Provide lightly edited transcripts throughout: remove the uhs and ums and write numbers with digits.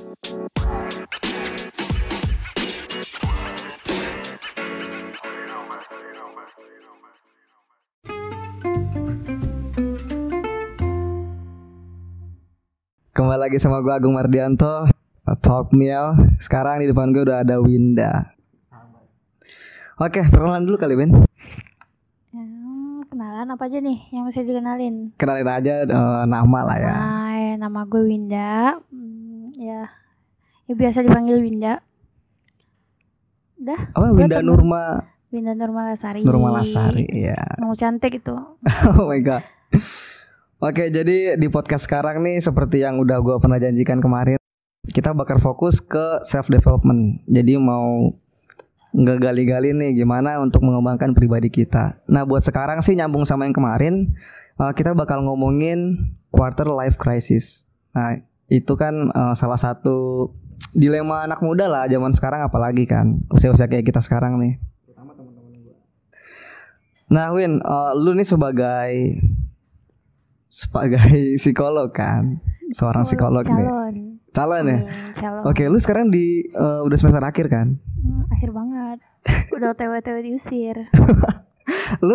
Kembali lagi sama gue Agung Mardianto, Talk Miel. Sekarang di depan gue udah ada Winda. Oke, perkenalan dulu kali Ben. Kenalan apa aja nih yang mesti dikenalin? Kenalin aja nama lah ya. Hai, nama gue Winda. Ya biasa dipanggil Winda. Udah. Oh, Winda Nurma. Winda Nurma Lasari. Nurma Lasari, ya. Nama cantik itu. Oh my god. Oke, jadi di podcast sekarang nih seperti yang udah gue pernah janjikan kemarin, kita bakal fokus ke self development. Jadi mau ngegali-gali nih gimana untuk mengembangkan pribadi kita. Nah, buat sekarang sih nyambung sama yang kemarin, kita bakal ngomongin quarter life crisis. Nah, itu kan salah satu dilema anak muda lah zaman sekarang, apalagi kan usia-usia kayak kita sekarang nih. Nah, Win, lu nih sebagai psikolog kan, seorang psikolog nih. Calon ya. Calon. Oke, lu sekarang udah semester akhir kan? Akhir banget. Udah OTW diusir. Lu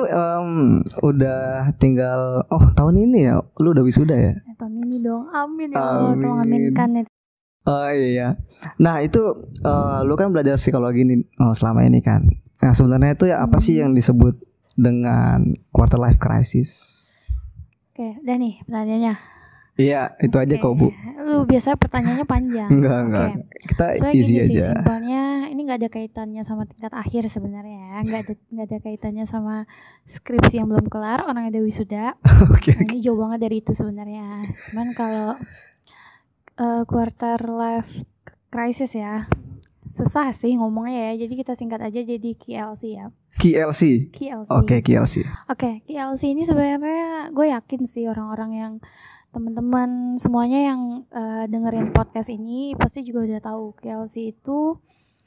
udah tinggal tahun ini ya? Lu udah wisuda ya? Tahun ini dong. Amin ya Allah, tolong aminkan ya. Oh iya. Nah, itu lu kan belajar psikologi nih selama ini kan. Nah, sebenarnya itu ya apa sih yang disebut dengan quarter life crisis? Oke, udah nih pertanyaannya. Iya, itu aja kok, Bu. Lu biasa pertanyaannya panjang. Enggak. Kita easy aja. Simpelnya ini nggak ada kaitannya sama tingkat akhir sebenarnya, nggak ada kaitannya sama skripsi yang belum kelar, orang ada wisuda. Okay. Ini jauh banget dari itu sebenarnya. Cuman kalau quarter life crisis ya, susah sih ngomongnya ya. Jadi kita singkat aja jadi KLC ya. KLC. Oke, KLC. Oke, KLC ini sebenarnya gue yakin sih orang-orang yang teman-teman semuanya yang dengerin podcast ini pasti juga udah tahu KLC itu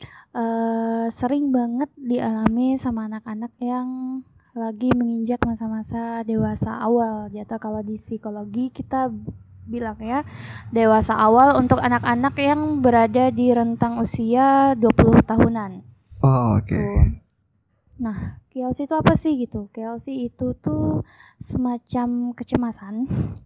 sering banget dialami sama anak-anak yang lagi menginjak masa-masa dewasa awal. Jatuh kalau di psikologi kita bilang ya, dewasa awal untuk anak-anak yang berada di rentang usia 20 tahunan. Oh, oke. Okay. Nah, KLC itu apa sih gitu? KLC itu tuh semacam kecemasan.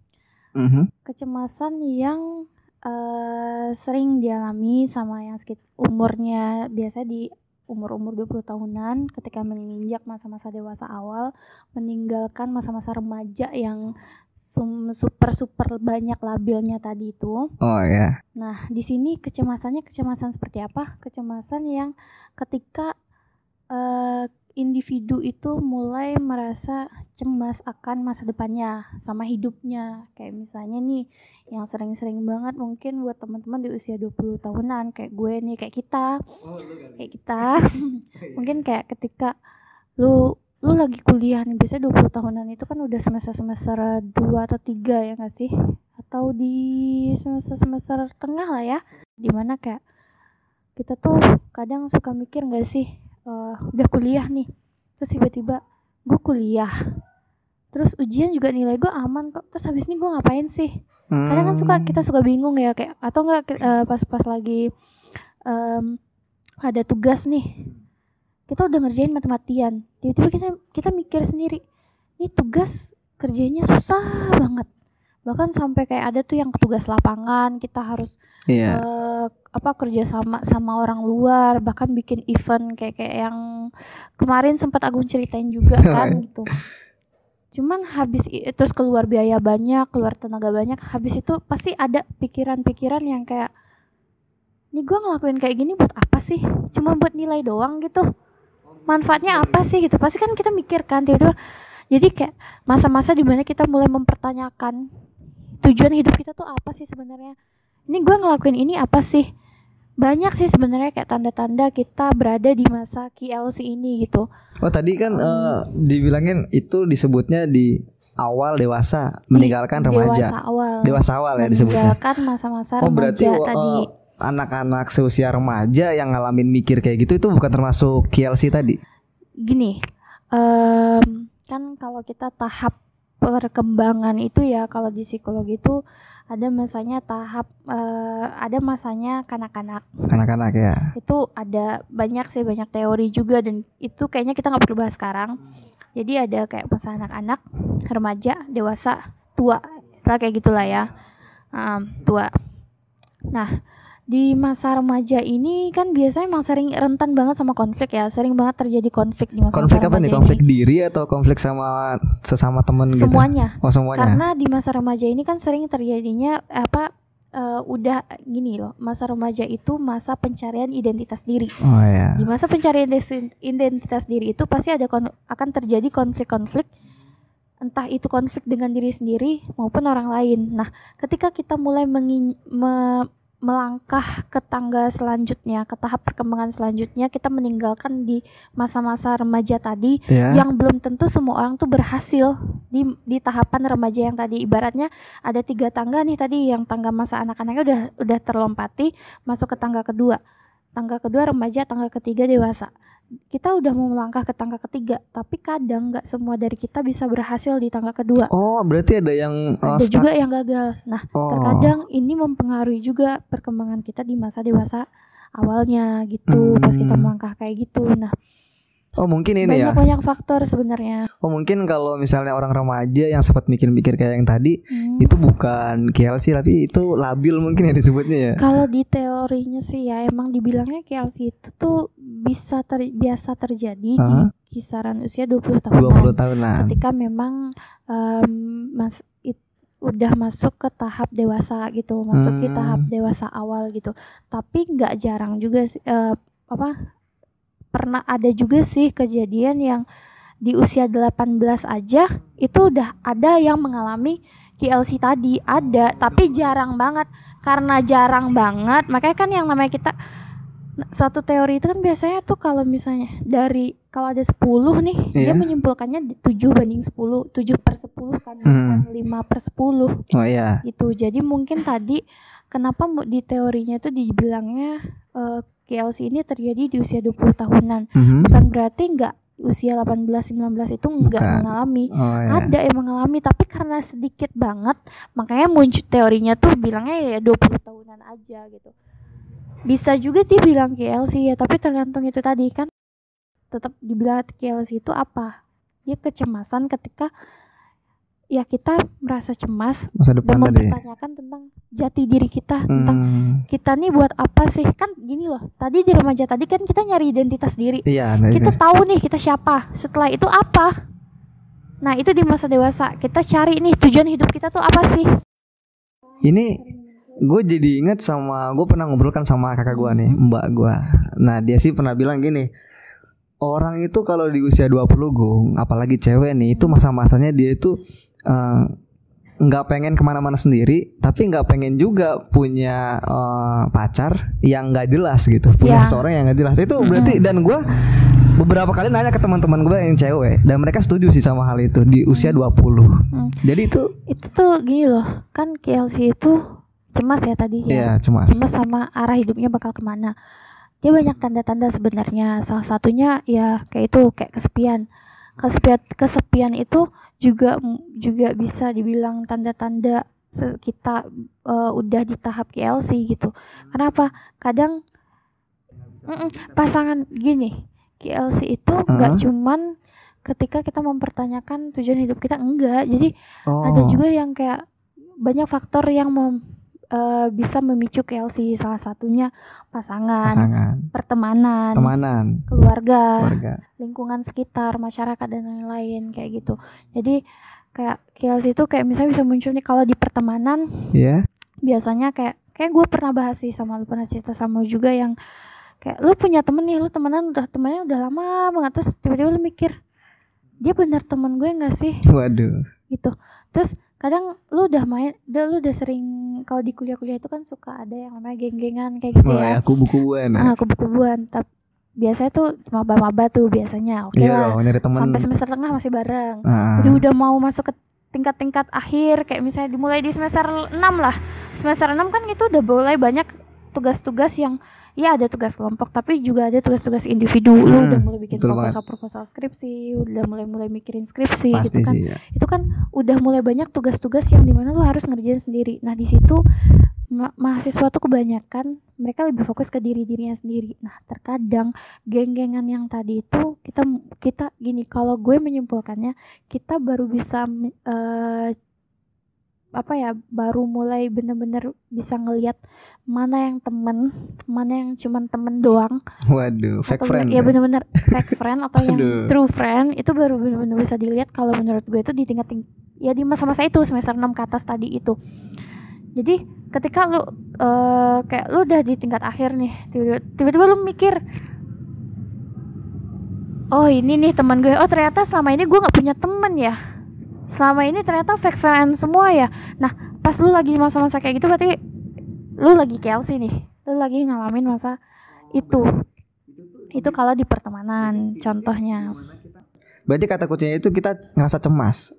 Kecemasan yang sering dialami sama yang umurnya biasa di umur 20 tahunan ketika menginjak masa-masa dewasa awal, meninggalkan masa-masa remaja yang super banyak labilnya tadi itu. Oh ya. Yeah. Nah, di sini kecemasan seperti apa? Kecemasan yang ketika individu itu mulai merasa cemas akan masa depannya sama hidupnya. Kayak misalnya nih yang sering-sering banget mungkin buat teman-teman di usia 20 tahunan kayak gue nih, kayak kita. Mungkin kayak ketika lu lagi kuliah nih, biasanya 20 tahunan itu kan udah semester 2 atau 3 ya gak sih? Atau di semester tengah lah ya. Dimana kayak kita tuh kadang suka mikir gak sih, udah kuliah nih, terus tiba-tiba gue kuliah, terus ujian juga nilai gue aman kok, terus habis ini gue ngapain sih? Kadang kan kita suka bingung ya, kayak atau enggak pas lagi ada tugas nih, kita udah ngerjain mati-matian, tiba-tiba kita mikir sendiri, ini tugas kerjanya susah banget, bahkan sampai kayak ada tuh yang tugas lapangan, kita harus kerja sama orang luar, bahkan bikin event kayak yang kemarin sempat Agung ceritain juga kan gitu. Cuman habis terus keluar biaya banyak, keluar tenaga banyak, habis itu pasti ada pikiran-pikiran yang kayak, ini gue ngelakuin kayak gini buat apa sih? Cuma buat nilai doang gitu. Manfaatnya apa sih gitu? Pasti kan kita mikir kan tiba-tiba. Jadi kayak masa-masa dimana kita mulai mempertanyakan tujuan hidup kita tuh apa sih sebenarnya? Ini gue ngelakuin ini apa sih? Banyak sih sebenarnya kayak tanda-tanda kita berada di masa KLC ini gitu. Oh tadi kan dibilangin itu disebutnya di awal dewasa, meninggalkan remaja. Dewasa awal ya disebutnya. Meninggalkan masa-masa remaja tadi. Anak-anak seusia remaja yang ngalamin mikir kayak gitu itu bukan termasuk KLC tadi? Gini, kan kalau kita tahap perkembangan itu ya, kalau di psikologi itu ada masanya ada masanya kanak-kanak. Kanak-kanak ya. Itu ada banyak teori juga, dan itu kayaknya kita nggak perlu bahas sekarang. Jadi ada kayak masa anak-anak, remaja, dewasa, tua, setelah kayak gitulah ya, tua. Nah, di masa remaja ini kan biasanya emang sering rentan banget sama konflik ya, sering banget terjadi konflik di masa Konflik remaja apa nih? ini. Konflik diri atau konflik sama sesama temen gitu? Semuanya. Oh, semuanya. Karena di masa remaja ini kan sering terjadinya udah gini loh, masa remaja itu masa pencarian identitas diri. Oh ya. Di masa pencarian identitas diri itu pasti akan terjadi konflik-konflik, entah itu konflik dengan diri sendiri maupun orang lain. Nah, ketika kita mulai melangkah ke tangga selanjutnya, ke tahap perkembangan selanjutnya, kita meninggalkan di masa-masa remaja tadi, yang belum tentu semua orang tuh berhasil di tahapan remaja yang tadi. Ibaratnya ada 3 tangga nih tadi, yang tangga masa anak-anaknya udah terlompati, masuk ke tangga kedua remaja, tangga ketiga dewasa. Kita udah mau melangkah ke tangga ketiga, tapi kadang nggak semua dari kita bisa berhasil di tangga kedua. Oh, berarti ada yang ada juga yang gagal. Nah, terkadang ini mempengaruhi juga perkembangan kita di masa dewasa awalnya gitu, pas kita melangkah kayak gitu. Nah, mungkin ini banyak faktor sebenarnya. Mungkin kalau misalnya orang remaja yang sempat mikir-mikir kayak yang tadi, itu bukan KLC tapi itu labil mungkin ya disebutnya ya. Kalau di teorinya sih ya emang dibilangnya KLC itu tuh biasa terjadi di kisaran usia 20 tahunan. Ketika memang udah masuk ke tahap dewasa gitu, masuk ke tahap dewasa awal gitu. Tapi nggak jarang juga sih, pernah ada juga sih kejadian yang di usia 18 aja itu udah ada yang mengalami KLC tadi, ada, tapi jarang banget. Karena jarang banget, makanya kan yang namanya kita, suatu teori itu kan biasanya tuh kalau misalnya kalau ada 10 nih, dia menyimpulkannya 7/10, 7/10 kan, bukan 5/10. Oh iya. Gitu. Jadi mungkin tadi kenapa di teorinya tuh dibilangnya KLC ini terjadi di usia 20 tahunan. Bukan berarti enggak usia 18-19 itu enggak mengalami. Ada yang mengalami, tapi karena sedikit banget, makanya muncul teorinya tuh bilangnya ya 20 tahunan aja gitu. Bisa juga dibilang KLC ya, tapi tergantung itu tadi kan. Tetap dibilang KLC itu apa? Dia kecemasan ketika ya kita merasa cemas dan mempertanyakan tentang jati diri kita, tentang kita nih buat apa sih. Kan gini loh, tadi di remaja tadi kan kita nyari identitas diri, kita tahu nih kita siapa, setelah itu apa. Nah itu di masa dewasa kita cari nih tujuan hidup kita tuh apa sih. Ini gue jadi inget gue pernah ngobrol kan sama kakak gue nih, mbak gue. Nah dia sih pernah bilang gini, orang itu kalau di usia 20 Gung, apalagi cewek nih, itu masa-masanya dia itu nggak pengen kemana-mana sendiri, tapi nggak pengen juga punya pacar yang nggak jelas gitu, punya seseorang yang nggak jelas. Itu berarti, dan gue beberapa kali nanya ke teman-teman gue yang cewek, dan mereka setuju sih sama hal itu di usia 20. Jadi itu tuh gini loh, kan KLC itu cemas ya tadi ya. Cemas sama arah hidupnya bakal kemana. Dia banyak tanda-tanda sebenarnya. Salah satunya ya kayak kesepian. Kesepian itu juga bisa dibilang tanda-tanda kita udah di tahap KLC gitu. Kenapa? Kadang pasangan gini, KLC itu nggak cuman ketika kita mempertanyakan tujuan hidup kita, enggak. Jadi ada juga yang kayak banyak faktor yang bisa memicu KLC. Salah satunya pasangan, pertemanan, keluarga, lingkungan sekitar, masyarakat dan lain-lain kayak gitu. Jadi kayak KLC itu kayak misalnya bisa muncul nih kalau di pertemanan. Biasanya kayak gue pernah bahas sih sama lu, pernah cerita sama juga yang kayak lu punya temen nih, lu temennya udah lama banget, terus tiba-tiba lu mikir, dia benar teman gue nggak sih? Waduh. Gitu. Terus kadang lu udah sering, kalau di kuliah-kuliah itu kan suka ada yang namanya geng-gengan kayak gitu ya. Kubu-kubuan. Kubu-kubuan. Tapi biasanya tuh maba-maba tuh biasanya. Oke lah. Sampai semester tengah masih bareng. Jadi udah mau masuk ke tingkat-tingkat akhir, kayak misalnya dimulai di semester 6 lah. Semester 6 kan itu udah mulai banyak tugas-tugas yang ya ada tugas kelompok, tapi juga ada tugas-tugas individu. Lu udah mulai bikin betul banget. proposal skripsi, udah mulai mikirin skripsi Pasti gitu kan. sih, ya. Itu kan udah mulai banyak tugas-tugas yang dimana lu harus ngerjain sendiri. Nah di situ mahasiswa tuh kebanyakan mereka lebih fokus ke dirinya sendiri. Nah terkadang geng-gengan yang tadi itu kita gini, kalau gue menyimpulkannya, kita baru bisa baru mulai bener-bener bisa ngelihat mana yang temen, mana yang cuman temen doang. Waduh, fake friend. Ya bener-bener fake friend atau yang Aduh. true friend, itu baru bener-bener bisa dilihat kalau menurut gue itu di tingkat ya di masa-masa itu semester 6 ke atas tadi itu. Jadi ketika lu kayak lu udah di tingkat akhir nih, tiba-tiba lu mikir, oh ini nih teman gue, oh ternyata selama ini gue nggak punya temen ya, selama ini ternyata fake friend semua ya. Nah pas lu lagi masa-masa kayak gitu berarti lu lagi KLC nih, lu lagi ngalamin masa itu kalau di pertemanan contohnya. Berarti kata kuncinya itu kita ngerasa cemas.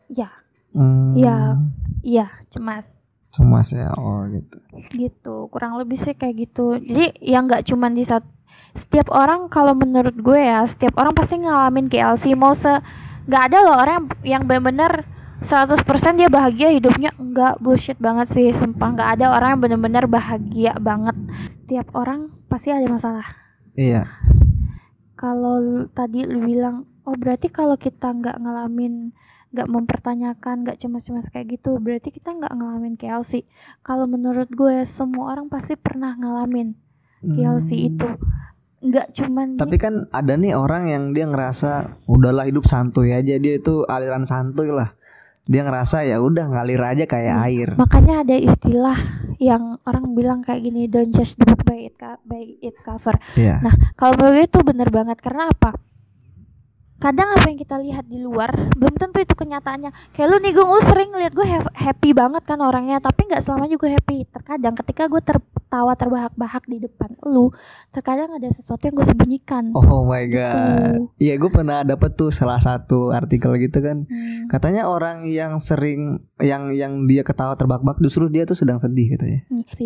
Iya Cemas ya, oh gitu kurang lebih sih kayak gitu. Jadi ya nggak cuman di saat, setiap orang kalau menurut gue ya, setiap orang pasti ngalamin KLC. Nggak ada loh orang yang benar-benar 100% dia bahagia hidupnya. Enggak, bullshit banget sih, sumpah nggak ada orang yang benar-benar bahagia banget. Setiap orang pasti ada masalah. Iya. Kalau tadi lu bilang, oh berarti kalau kita nggak ngalamin, nggak mempertanyakan, nggak cemas-cemas kayak gitu, berarti kita nggak ngalamin KLC. Kalau menurut gue semua orang pasti pernah ngalamin KLC itu. Nggak cuman. Tapi kan ada nih orang yang dia ngerasa udahlah hidup santuy aja, dia itu aliran santuy lah. Dia ngerasa ya udah ngalir aja kayak air. Makanya ada istilah yang orang bilang kayak gini, don't judge the book by its cover. Yeah. Nah kalau menurut gue itu bener banget. Karena apa? Kadang apa yang kita lihat di luar belum tentu itu kenyataannya. Kayak lu nih, lu sering ngeliat gue happy banget kan orangnya, tapi nggak selamanya gue happy. Terkadang ketika gue tertawa terbahak-bahak di depan lu, terkadang ada sesuatu yang gue sembunyikan. Oh my god. Iya, gue pernah dapet tuh salah satu artikel gitu kan. Katanya orang yang sering yang dia ketawa terbahak-bahak justru dia tuh sedang sedih katanya.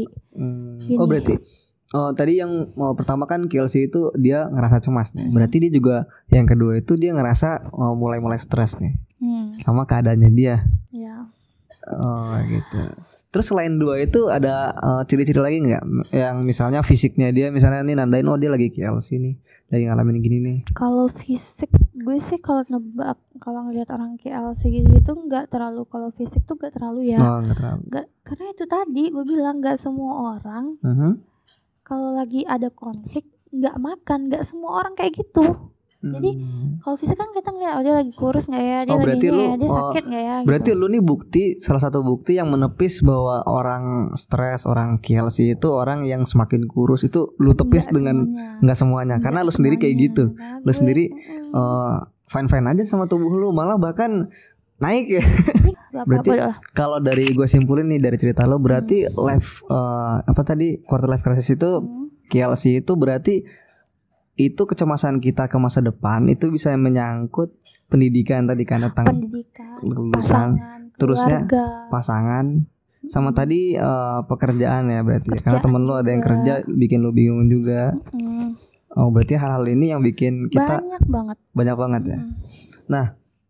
Oh berarti tadi yang pertama kan KLC itu dia ngerasa cemas nih. Berarti dia juga yang kedua itu dia ngerasa mulai stres nih sama keadaannya dia. Iya. Oh gitu. Terus selain dua itu ada ciri-ciri lagi nggak? Yang misalnya fisiknya dia misalnya nih nandain, oh dia lagi KLC nih, lagi ngalamin gini nih. Kalau fisik gue sih kalau nebak, kalau ngelihat orang KLC gitu nggak terlalu, kalau fisik tuh nggak terlalu ya. Nggak terlalu. Karena itu tadi gue bilang nggak semua orang. Kalau lagi ada konflik nggak makan, nggak semua orang kayak gitu. Jadi kalau fisik kan kita ngeliat, dia lagi kurus nggak ya, dia lagi ya, dia sakit nggak ya. Berarti gitu. lu nih salah satu bukti yang menepis bahwa orang stres, orang KLC itu orang yang semakin kurus itu lu tepis nggak semuanya, karena lu sendiri kayak gitu. Lu sendiri fine aja sama tubuh lu, malah bahkan naik ya. Berarti kalau dari gue simpulin nih dari cerita lo, berarti quarter life crisis itu KLC itu berarti itu kecemasan kita ke masa depan itu bisa menyangkut pendidikan tadi kan, tentang lulusan, terusnya pasangan, sama tadi pekerjaan ya berarti. Karena temen lo ada yang kerja bikin lo bingung juga. Oh berarti hal-hal ini yang bikin kita banyak banget ya. Nah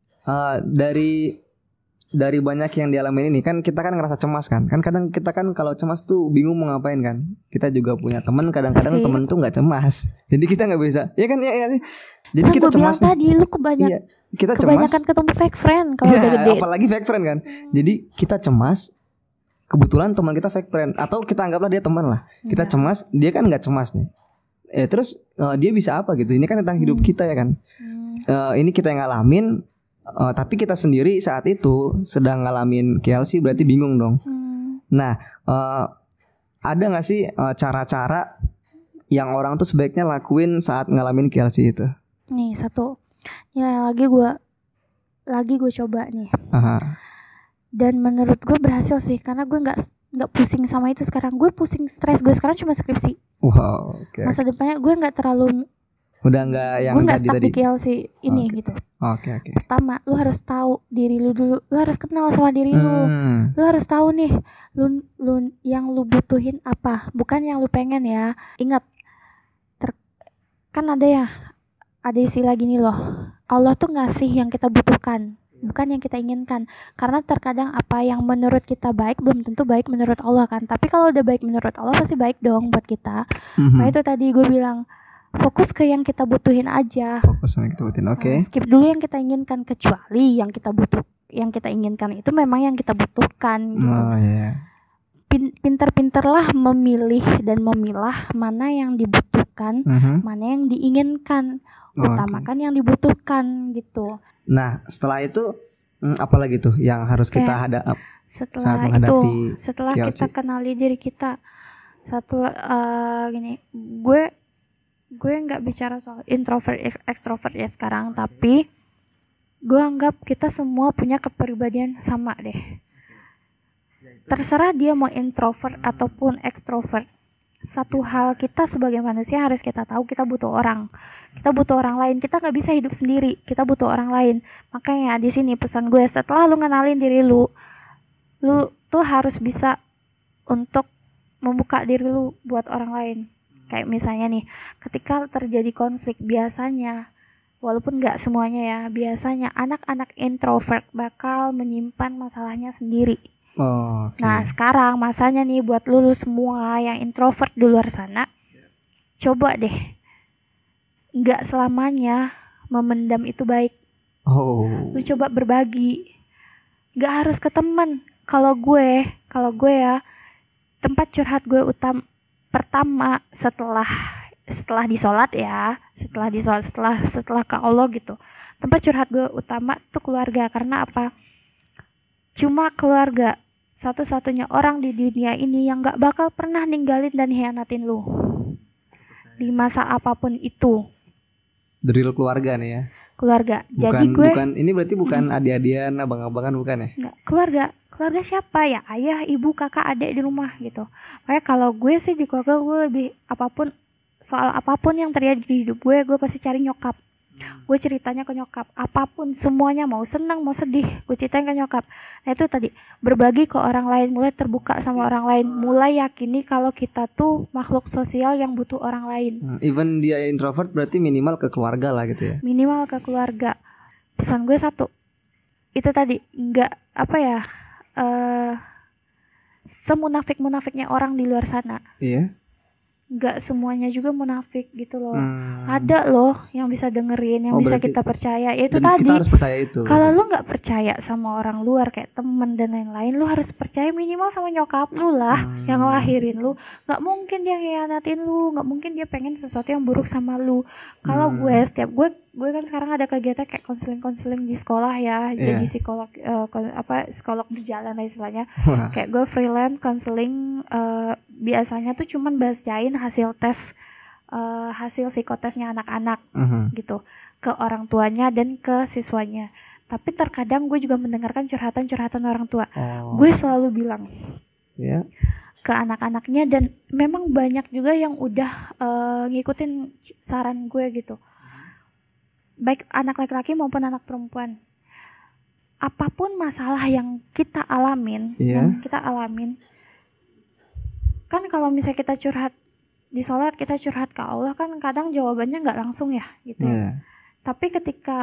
dari banyak yang dialami ini kan kita kan ngerasa cemas kan kadang kita kan kalau cemas tuh bingung mau ngapain kan. Kita juga punya teman, kadang-kadang temen tuh nggak cemas, jadi kita nggak bisa ya kan ya sih. Jadi kita cemas tadi lu kebanyakan ketemu fake friend kalau udah gede, apalagi fake friend kan. Jadi kita cemas, kebetulan teman kita fake friend, atau kita anggaplah dia teman lah. Kita cemas, dia kan nggak cemas nih. Terus dia bisa apa gitu, ini kan tentang hidup kita ya kan. Ini kita yang ngalamin. Tapi kita sendiri saat itu sedang ngalamin KLC, berarti bingung dong. Nah ada gak sih cara-cara yang orang tuh sebaiknya lakuin saat ngalamin KLC itu? Nih satu ya, lagi gue coba nih. Dan menurut gue berhasil sih, karena gue nggak pusing sama itu sekarang. Gue pusing stres gue sekarang cuma skripsi. Wow, masa depannya gue nggak terlalu, udah nggak yang gue nggak stuck di KLC ini gitu. Oke. Pertama, lu harus tahu diri lu dulu. Lu harus kenal sama diri lu. Lu harus tahu nih, lu yang lu butuhin apa, bukan yang lu pengen ya. Ingat, kan ada istilah gini loh. Allah tuh ngasih yang kita butuhkan, bukan yang kita inginkan. Karena terkadang apa yang menurut kita baik belum tentu baik menurut Allah kan. Tapi kalau udah baik menurut Allah pasti baik dong buat kita. Nah itu tadi gue bilang, fokus ke yang kita butuhin aja. Fokus yang kita butuhin. Oke. Skip dulu yang kita inginkan, kecuali yang kita inginkan itu memang yang kita butuhkan gitu. Oh iya. Pinter-pinterlah memilih dan memilah mana yang dibutuhkan, mana yang diinginkan. Utamakan yang dibutuhkan gitu. Nah, setelah itu apalagi tuh yang harus kita hadapi saat menghadapi setelah KLC? Kita kenali diri kita. Gini, gue nggak bicara soal introvert extrovert ya sekarang, tapi gue anggap kita semua punya kepribadian sama deh. Terserah dia mau introvert ataupun extrovert. Satu hal, kita sebagai manusia harus kita tahu, kita butuh orang. Kita butuh orang lain. Kita nggak bisa hidup sendiri. Kita butuh orang lain. Makanya di sini pesan gue, setelah lu ngenalin diri lu tuh harus bisa untuk membuka diri lu buat orang lain. Kayak misalnya nih, ketika terjadi konflik, biasanya, walaupun nggak semuanya ya, biasanya anak-anak introvert bakal menyimpan masalahnya sendiri. Okay. Nah sekarang masanya nih buat lu semua yang introvert di luar sana, coba deh, nggak selamanya memendam itu baik. Lu coba berbagi, nggak harus ke teman. Kalau gue ya, tempat curhat gue pertama setelah di sholat ya, setelah ke Allah gitu, tempat curhat gue utama tuh keluarga. Karena apa? Cuma keluarga satu-satunya orang di dunia ini yang gak bakal pernah ninggalin dan hianatin lu di masa apapun itu. Dari lu keluarga nih ya? Keluarga. Ini berarti bukan adik-adian, abang-abangan, bukan ya? Enggak, keluarga siapa ya? Ayah, ibu, kakak, adik di rumah gitu. Makanya kalau gue sih di keluarga gue lebih soal apapun yang terjadi di hidup gue pasti cari nyokap. Gue ceritanya ke nyokap, apapun semuanya, mau senang mau sedih, gue ceritain ke nyokap. Nah itu tadi, berbagi ke orang lain, mulai terbuka sama orang lain, mulai yakini kalau kita tuh makhluk sosial yang butuh orang lain. Even dia introvert berarti minimal ke keluarga lah gitu ya. Minimal ke keluarga. Pesan gue satu, itu tadi, nggak semunafik-munafiknya orang di luar sana. Iya. Gak semuanya juga munafik gitu loh. Ada loh yang bisa dengerin, yang bisa kita percaya. Ya itu tadi, kita harus percaya itu. Kalau lu gak percaya sama orang luar kayak temen dan lain-lain, lu harus percaya minimal sama nyokap lu lah, yang ngelahirin lu. Gak mungkin dia ngianatin lu, gak mungkin dia pengen sesuatu yang buruk sama lu. Kalau gue kan sekarang ada kegiatan kayak konseling di sekolah ya, jadi psikolog psikolog berjalan lah istilahnya. Kayak gue freelance konseling, biasanya tuh cuman bacain hasil psikotesnya anak-anak gitu ke orang tuanya dan ke siswanya. Tapi terkadang gue juga mendengarkan curhatan orang tua. Gue selalu bilang ke anak-anaknya, dan memang banyak juga yang udah ngikutin saran gue gitu, baik anak laki-laki maupun anak perempuan. Apapun masalah yang kita alamin, kan kalau misalnya kita curhat di sholat, kita curhat ke Allah, kan kadang jawabannya nggak langsung ya gitu. Tapi ketika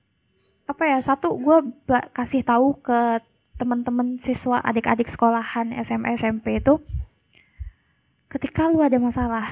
gue kasih tahu ke teman-teman siswa, adik-adik sekolahan SMA SMP itu, ketika lu ada masalah,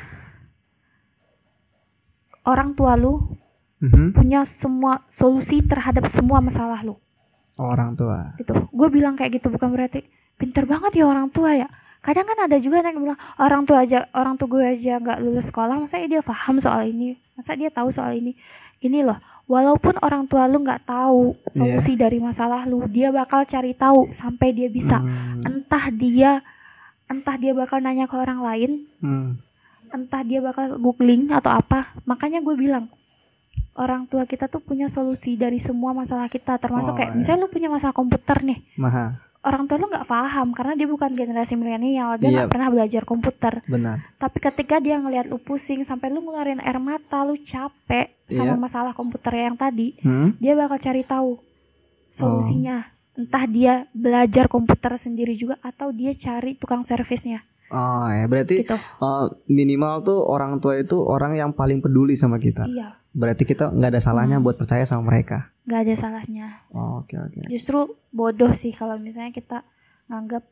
orang tua lu punya semua solusi terhadap semua masalah lu. Orang tua gitu. Gue bilang kayak gitu bukan berarti pinter banget ya orang tua ya. Kadang kan ada juga yang bilang orang tua gue aja nggak lulus sekolah, masa dia paham soal ini, masa dia tahu soal ini. Ini loh, walaupun orang tua lu nggak tahu solusi dari masalah lu, dia bakal cari tahu sampai dia bisa. Entah dia bakal nanya ke orang lain, entah dia bakal googling atau apa. Makanya gue bilang, orang tua kita tuh punya solusi dari semua masalah kita, termasuk kayak misalnya lu punya masalah komputer nih. orang tua lu nggak paham karena dia bukan generasi milenial, dia Iya. nggak pernah belajar komputer. Benar. Tapi ketika dia ngelihat lu pusing sampai lu ngeluarin air mata, lu capek sama Iya. masalah komputer yang tadi, Hmm? dia bakal cari tahu solusinya. Entah dia belajar komputer sendiri juga atau dia cari tukang servisnya Oh ya, berarti gitu. minimal tuh orang tua itu orang yang paling peduli sama kita. Iya, Berarti kita nggak ada salahnya buat percaya sama mereka. nggak ada salahnya. Oh, oke oke. Justru bodoh sih kalau misalnya kita nganggap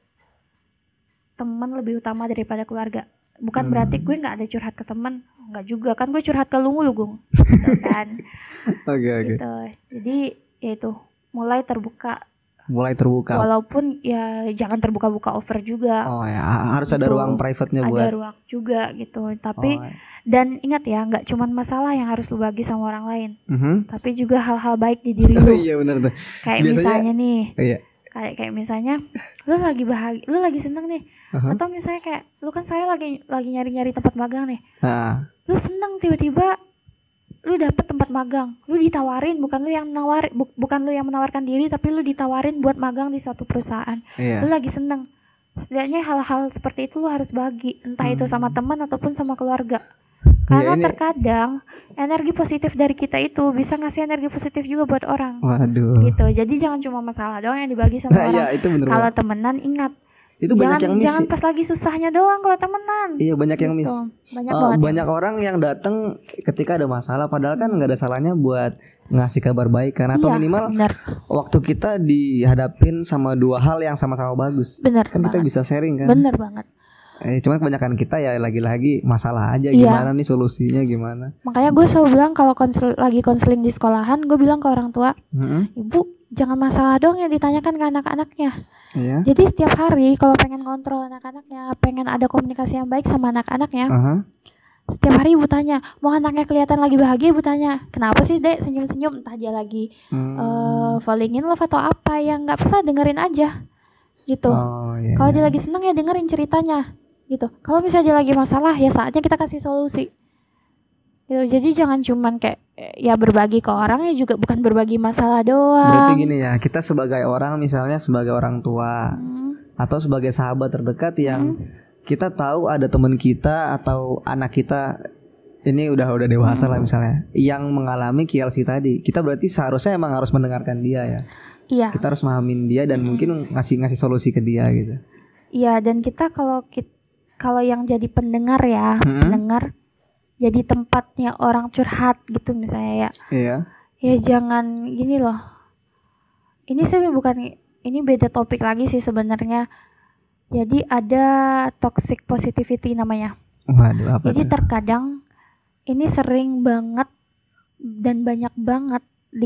teman lebih utama daripada keluarga. Bukan berarti gue nggak ada curhat ke teman, nggak juga kan, gue curhat ke lu Gung, gitu kan. Oke oke. Gitu. Jadi ya itu mulai terbuka, Mulai terbuka. walaupun ya jangan terbuka-buka over juga. Oh ya, harus ada Gitu. ruang private-nya Ada buat. ruang juga gitu. Tapi Oh, ya. dan ingat ya, nggak cuman masalah yang harus lu bagi sama orang lain, Mhm. tapi juga hal-hal baik di diri Oh lu. iya benar tuh. Kayak Biasanya- misalnya nih, Iya. kayak misalnya lu lagi bahagia, lu lagi seneng nih, Aha. atau misalnya kayak lu kan saya lagi nyari-nyari tempat magang nih, Nah, lu seneng tiba-tiba lu dapet tempat magang, lu ditawarin, bukan lu yang bukan lu yang menawarkan diri, tapi lu ditawarin buat magang di suatu perusahaan, iya. lu lagi seneng. Setidaknya hal-hal seperti itu lu harus bagi, entah itu sama teman ataupun sama keluarga. Karena ini- terkadang energi positif dari kita itu bisa ngasih energi positif juga buat orang. Waduh. Gitu. Jadi jangan cuma masalah doang yang dibagi sama Nah, iya orang. itu bener Kalau banget. temenan ingat, Itu banyak yang miss. jangan pas lagi susahnya doang kalau temenan. Iya banyak yang miss. Gitu. Banyak banget. Banyak yang miss. orang yang datang ketika ada masalah, padahal kan nggak ada salahnya buat ngasih kabar baik kan, atau Iya, minimal bener, waktu kita dihadapin sama dua hal yang sama-sama bagus, bener kan kita banget. bisa sharing kan. Bener banget. Cuman kebanyakan kita ya lagi-lagi masalah aja, Iya. gimana nih solusinya gimana. Makanya gue selalu bilang kalau lagi konseling di sekolahan, gue bilang ke orang tua, Mm-mm. ibu jangan masalah dong yang ditanyakan ke anak-anaknya. Iya. Jadi setiap hari kalau pengen kontrol anak-anaknya, pengen ada komunikasi yang baik sama anak-anaknya, Aha. setiap hari ibu tanya, mau anaknya kelihatan lagi bahagia, ibu tanya, kenapa sih dek senyum-senyum, entah dia lagi falling in love atau apa, yang nggak bisa dengerin aja gitu. Oh iya. Kalau dia lagi seneng ya dengerin ceritanya gitu. Kalau misalnya dia lagi masalah ya saatnya kita kasih solusi gitu. Jadi jangan cuman kayak ya berbagi ke orang, ya juga bukan berbagi masalah doang. Berarti gini ya, kita sebagai orang, misalnya sebagai orang tua atau sebagai sahabat terdekat yang kita tahu ada teman kita atau anak kita ini udah dewasa lah misalnya, yang mengalami KLC tadi, kita berarti seharusnya emang harus mendengarkan dia ya. Iya. Kita harus mahamin dia dan mungkin ngasih solusi ke dia gitu. Iya, dan kita kalau yang jadi pendengar ya, pendengar jadi tempatnya orang curhat gitu misalnya ya. Iya. Ya jangan gini loh. Ini sih ini beda topik lagi sih sebenarnya. Jadi ada toxic positivity namanya. Waduh, apa Jadi tuh? terkadang ini sering banget dan banyak banget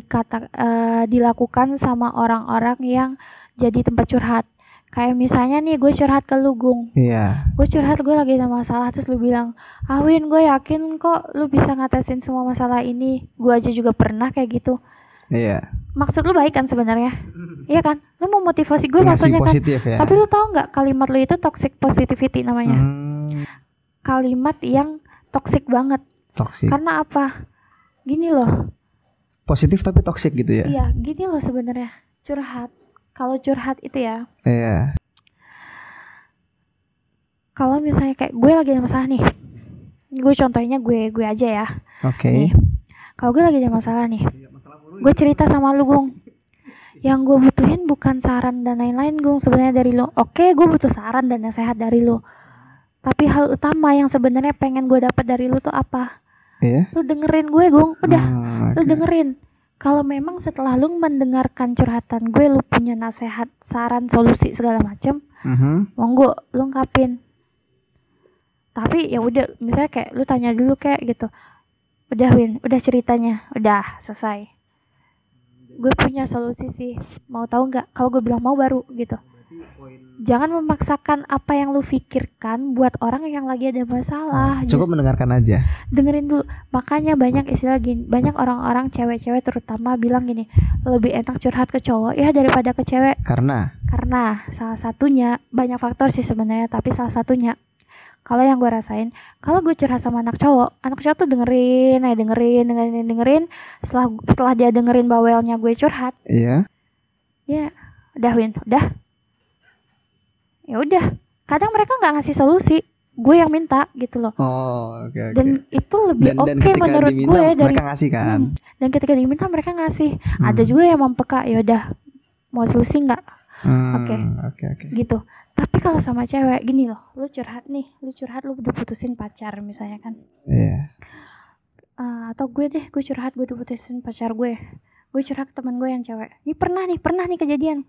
dilakukan sama orang-orang yang jadi tempat curhat. Kayak misalnya nih gue curhat ke lu Gung, Iya. gue curhat gue lagi ada masalah, terus lu bilang, Win gue yakin kok lu bisa ngatasin semua masalah ini, gue aja juga pernah kayak gitu. Iya. Maksud lu baik kan sebenarnya, iya kan, lu mau motivasi gue Ngasih maksudnya kan. positif ya. Tapi lu tahu nggak kalimat lu itu toxic positivity namanya, kalimat yang toxic banget. Toxic. Karena apa? Gini loh. Positif tapi toxic gitu ya. Iya, gini loh sebenarnya. Curhat. Kalau curhat itu ya, Iya. kalau misalnya kayak gue lagi ada masalah nih. Gue contohnya gue aja ya. Oke. Nih. Kalau gue lagi ada masalah nih. Gue cerita sama lu, Gung. Yang gue butuhin bukan saran dan lain-lain, Gung, sebenarnya dari lu. Oke, gue butuh saran dan nasihat dari lu. Tapi hal utama yang sebenarnya pengen gue dapat dari lu tuh apa? Iya. Lu dengerin gue, Gung. Udah. Lu Oke. dengerin. Kalau memang setelah lu mendengarkan curhatan gue, lu punya nasihat, saran, solusi segala macem, monggo lu ungkapin. Tapi ya udah, misalnya kayak lu tanya dulu kayak gitu, udah Win, udah ceritanya, udah selesai. Gue punya solusi sih, mau tahu nggak? Kalau gue bilang mau baru gitu. Jangan memaksakan apa yang lu pikirkan buat orang yang lagi ada masalah. Cukup mendengarkan aja. Dengerin dulu. Makanya banyak istilah gini, banyak orang-orang cewek-cewek terutama bilang gini, lebih enak curhat ke cowok ya daripada ke cewek. Karena Salah satunya, banyak faktor sih sebenarnya, tapi salah satunya, kalau yang gue rasain, kalau gue curhat sama anak cowok tuh dengerin. Setelah dia dengerin bawelnya gue curhat, iya. ya udah Win, udah ya udah. Kadang mereka nggak ngasih solusi, gue yang minta gitu loh. Oh, oke. Dan itu lebih Dan oke ketika menurut diminta, gue dari mereka ngasih kan. dan ketika diminta mereka ngasih. Ada juga yang mempeka, ya udah mau solusi nggak? Oke. Gitu. Tapi kalau sama cewek gini loh, lu curhat lu udah putusin pacar misalnya kan. Iya. Atau gue curhat gue udah putusin pacar gue curhat ke teman gue yang cewek. Ini pernah nih kejadian.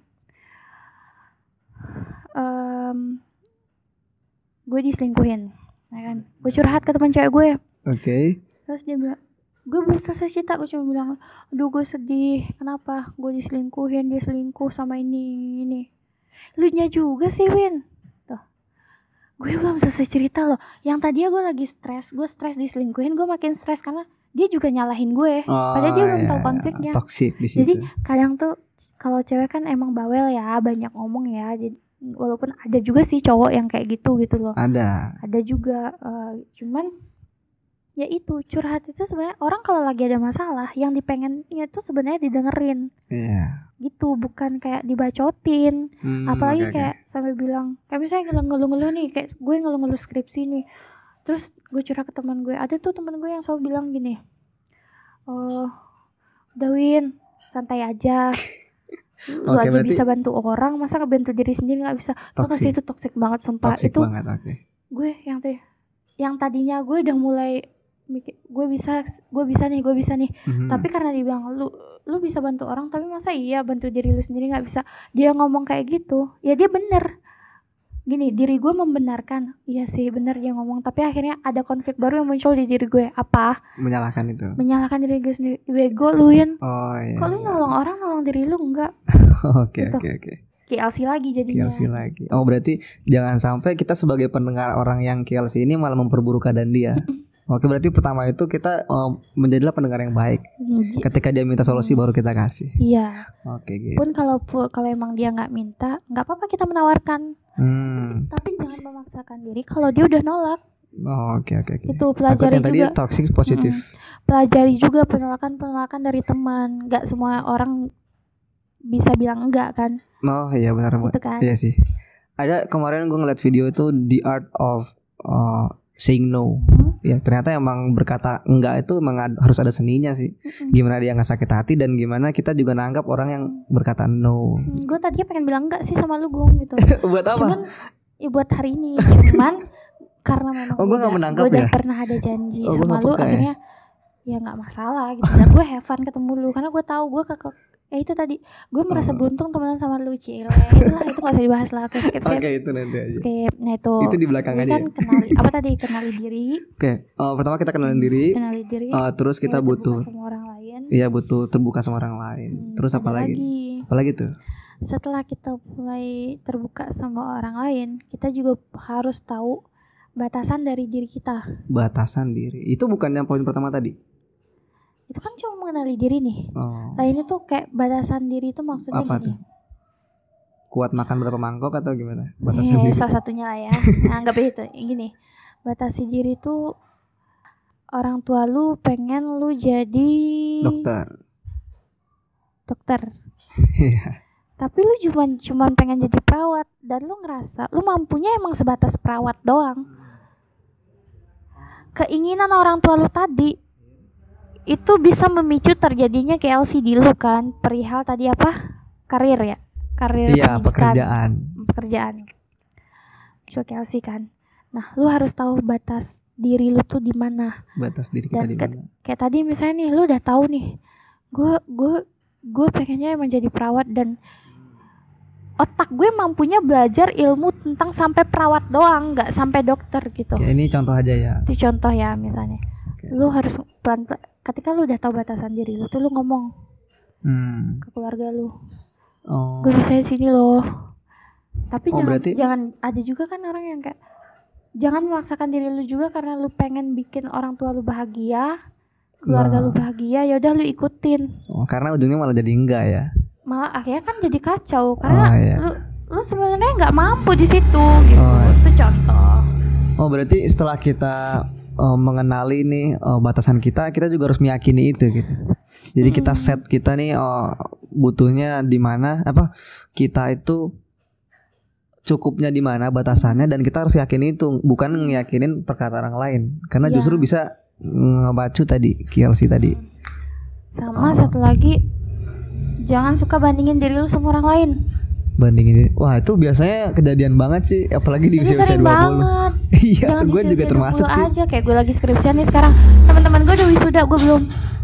Gue diselingkuhin, ya kan? Gue curhat ke teman cewek gue. Oke. Terus dia bilang, gue belum selesai cerita, gue cuma bilang, aduh gue sedih, kenapa? Gue diselingkuhin, dia selingkuh sama ini. Lu nya juga sih, Win. Tuh, gue belum selesai cerita loh. Yang tadi gue lagi stres, gue stres diselingkuhin, gue makin stres karena dia juga nyalahin gue. Padahal dia belum tahu konfliknya. Toxic di situ. Jadi kadang tuh kalau cewek kan emang bawel ya, banyak ngomong ya. Jadi walaupun ada juga sih cowok yang kayak gitu loh. Ada juga, cuman ya itu curhat itu sebenarnya orang kalau lagi ada masalah yang dipengennya tuh sebenarnya didengerin. Iya. Gitu, bukan kayak dibacotin. Apalagi kayak sampai bilang kayak misalnya ngeluh-ngeluh nih, kayak gue ngeluh-ngeluh skripsi nih. Terus gue curhat ke teman gue. Ada tuh teman gue yang selalu bilang gini, udah Win, santai aja. Lu aja berarti bisa bantu orang, masa ngebantu diri sendiri nggak bisa? Toxic. Itu toxic banget sumpah. Toxic itu banget, gue yang tadinya gue udah mulai mikir gue bisa nih. Tapi karena dia bilang lu bisa bantu orang, tapi masa iya bantu diri lu sendiri nggak bisa? Dia ngomong kayak gitu, ya dia bener. Gini, diri gue membenarkan, iya sih bener dia ngomong, tapi akhirnya ada konflik baru yang muncul di diri gue. Apa? Menyalahkan diri gue sendiri. Bego lu, Win. Kok lu nolong orang, nolong diri lu enggak? Oke. KLC lagi jadinya. Oh, berarti jangan sampai kita sebagai pendengar orang yang KLC ini malah memperburuk keadaan dia. Oke, berarti pertama itu kita menjadilah pendengar yang baik. Ketika dia minta solusi baru kita kasih. Iya. Oke, gitu. Pun kalau emang dia nggak minta, nggak apa-apa kita menawarkan. Tapi jangan memaksakan diri kalau dia udah nolak. Oke. Itu pelajari juga. Tadi toxic positif. Pelajari juga penolakan dari teman. Nggak semua orang bisa bilang enggak kan? Oh iya benar. Gitu kan? Iya sih. Ada kemarin gue ngeliat video itu The Art of Saying No. Ya ternyata emang berkata enggak itu emang harus ada seninya sih. Gimana dia nggak sakit hati dan gimana kita juga nanggap orang yang berkata no. Gue tadinya pengen bilang enggak sih sama lu Gung gitu. Buat apa? Cuman buat hari ini. Cuman karena memang gue udah pernah ada janji sama lu, akhirnya ya nggak masalah gitu. Dan gue have fun ketemu lu karena gue tahu gue itu tadi gue merasa beruntung temenan sama lu, Cile. Itu nggak usah dibahas lah. Oke, itu nanti aja. Skip. Nah itu di belakang aja. Kan kenali diri. Oke. Pertama kita kenali diri. Terus kita butuh sama orang lain. Iya, butuh terbuka sama orang lain. Terus apa lagi? Apalagi tuh? Setelah kita mulai terbuka sama orang lain, kita juga harus tahu batasan dari diri kita. Batasan diri. Itu bukan yang poin pertama tadi? Itu kan cuma mengenali diri nih. Nah ini tuh kayak batasan diri itu maksudnya apa gini. Tuh? Kuat makan berapa mangkok atau gimana? Batasan diri. Salah satunya lah ya. Anggap itu. Gini, batasi diri tuh orang tua lu pengen lu jadi dokter. Iya. Tapi lu cuman pengen jadi perawat dan lu ngerasa lu mampunya emang sebatas perawat doang. Keinginan orang tua lu tadi itu bisa memicu terjadinya KLC di lu kan, perihal tadi apa? Karir ya? Karir pekerjaan. So KLC kan. Nah, lu harus tahu batas diri lu tuh di mana. Batas diri kita di mana? Kayak tadi misalnya nih, lu udah tahu nih. Gue pengennya emang jadi perawat dan otak gue mampunya belajar ilmu tentang sampai perawat doang, nggak sampai dokter gitu. Oke, ini contoh aja ya. Itu contoh ya misalnya. Okay. Lu harus pelan-pelan. Ketika lu udah tahu batasan diri lu tuh lu ngomong ke keluarga lu. Gue bisa di sini loh. Tapi jangan ada juga kan orang yang kayak jangan memaksakan diri lu juga karena lu pengen bikin orang tua lu bahagia, keluarga lu bahagia, ya udah lu ikutin. Karena ujungnya malah jadi enggak ya. Malah akhirnya kan jadi kacau karena lu sebenarnya nggak mampu di situ gitu. Itu contoh. Berarti setelah kita mengenali nih batasan kita juga harus meyakini itu gitu. Jadi kita set kita nih butuhnya di mana, kita itu cukupnya di mana batasannya, dan kita harus yakin itu, bukan ngeyakinin perkataan orang lain, karena Iya. justru bisa ngebacu tadi KLC tadi. Sama satu lagi, jangan suka bandingin diri lu sama orang lain. Bandingin, wah itu biasanya kejadian banget sih, apalagi di Itu usia-usia sering 20. banget. Iya, Jangan di gue juga usia termasuk 20 sih. aja. Kayak gue lagi skripsian nih sekarang, teman-teman gue udah wisuda, gue belum.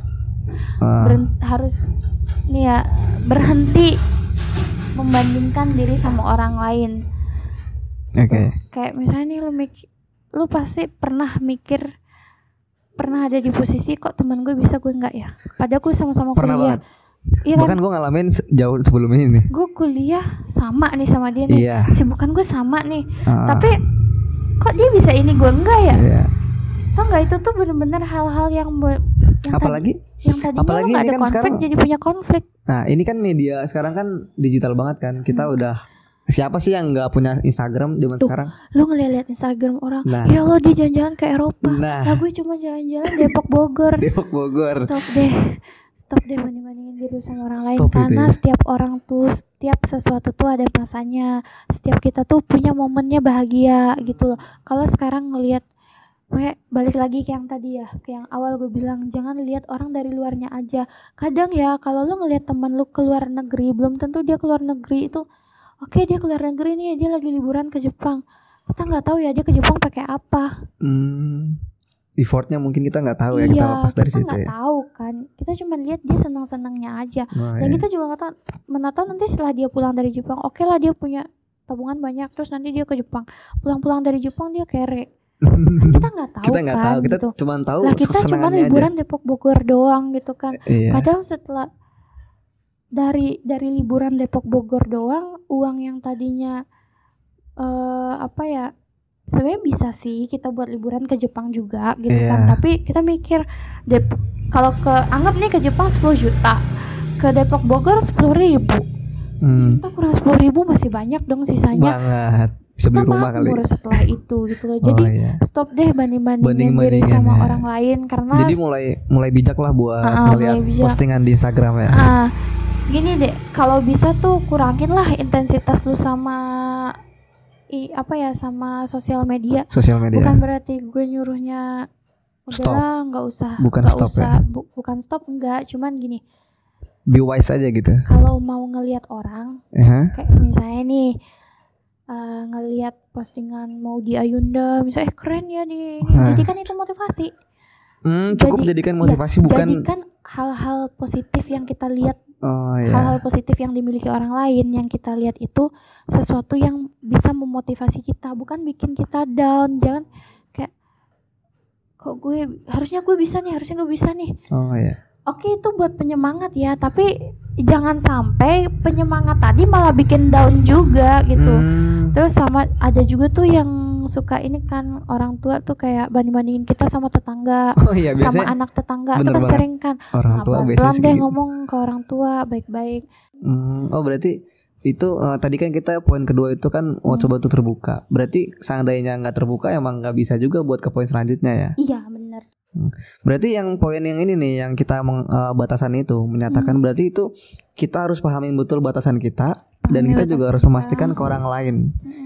Harus nih ya, berhenti membandingkan diri sama orang lain. Oke. Kayak misalnya nih lu pasti pernah mikir, pernah ada di posisi kok teman gue bisa gue enggak ya, padahal gue sama-sama Pernah kuliah. banget. Iya Bahkan kan, gue ngalamin jauh sebelum ini nih. gue kuliah sama nih sama dia nih, Iya. sibukan gue sama nih, tapi kok dia bisa ini gue enggak ya? Iya. Tau nggak, itu tuh bener-bener hal-hal yang Apalagi tadinya apalagi lu nggak ini ada kan konflik sekarang- jadi punya konflik. Nah ini kan media sekarang kan digital banget kan. Kita udah, siapa sih yang nggak punya Instagram zaman Tuh. sekarang? Lu ngeliat Instagram orang, Nah. ya lo dia jalan-jalan ke Eropa, Nah. lah gue cuma jalan-jalan Depok Bogor. Depok Bogor. Stop deh banding-bandingin diri sama orang lain. Stop itu Karena ya. setiap orang tuh, setiap sesuatu tuh ada masanya. Setiap kita tuh punya momennya bahagia gitu loh. Kalau sekarang ngelihat, balik lagi ke yang tadi ya, ke yang awal gue bilang, jangan lihat orang dari luarnya aja. Kadang ya kalau lu ngelihat teman lu keluar negeri, belum tentu dia keluar negeri itu oke, dia keluar negeri nih, dia lagi liburan ke Jepang, kita nggak tahu ya dia ke Jepang pakai apa. Effortnya mungkin kita nggak tahu ya, Iya, kita lepas dari kita situ nggak ya. tahu kan, kita cuma lihat dia senang-senangnya aja. Nah, Dan ya. kita juga nggak tahu, mana tahu nanti setelah dia pulang dari Jepang, oke lah dia punya tabungan banyak, terus nanti dia ke Jepang, pulang-pulang dari Jepang dia kere. Kan kita nggak tahu Kita nggak kan, tahu, kita gitu. cuma tahu Lah kita cuma kesenangannya liburan Depok Bogor doang gitu kan. aja. Iya. Padahal setelah dari liburan Depok Bogor doang, uang yang tadinya sebenarnya bisa sih kita buat liburan ke Jepang juga gitu kan. Iya. Tapi kita mikir kalau anggap nih ke Jepang 10 juta, ke Depok Bogor 10.000. Kita kurang 10.000 masih banyak dong sisanya. Banget. Bisa beli Kita rumah kali. makmur setelah itu gitu loh. Jadi iya. stop deh banding-bandingin diri Banding-bandingin sama ya. orang lain, karena Jadi mulai bijak lah buat melihat mulai bijak. postingan di Instagram ya. Gini deh, kalau bisa tuh kurangin lah intensitas lu sama sama sosial media. Sosial media. Bukan berarti gue nyuruhnya udahlah nggak usah, Bukan nggak stop usah, ya. Bukan stop, enggak, cuman gini, Be wise aja gitu. kalau mau ngelihat orang, kayak misalnya nih ngelihat postingan mau di Ayunda, misalnya keren ya di ini, jadikan itu motivasi. Cukup jadikan motivasi, bukan jadikan hal-hal positif yang kita lihat. iya. Hal-hal positif yang dimiliki orang lain yang kita lihat itu sesuatu yang bisa memotivasi kita, bukan bikin kita down. Jangan kayak, kok harusnya gue bisa nih. Oh iya. Oke, itu buat penyemangat ya, tapi jangan sampai penyemangat tadi malah bikin down juga gitu. Terus sama ada juga tuh yang suka ini kan, orang tua tuh kayak banding-bandingin kita sama tetangga, Oh iya, biasanya sama anak tetangga, itu bener kan banget. sering kan. Orang tua biasanya Pelan-pelan deh segitu. ngomong ke orang tua baik-baik. Oh berarti itu tadi kan kita poin kedua itu kan mau coba tuh terbuka. Berarti seandainya nggak terbuka emang nggak bisa juga buat ke poin selanjutnya ya. Iya benar. Berarti yang poin yang ini nih yang kita batasan itu menyatakan berarti itu kita harus pahamin betul batasan kita, dan kita juga harus memastikan ke orang lain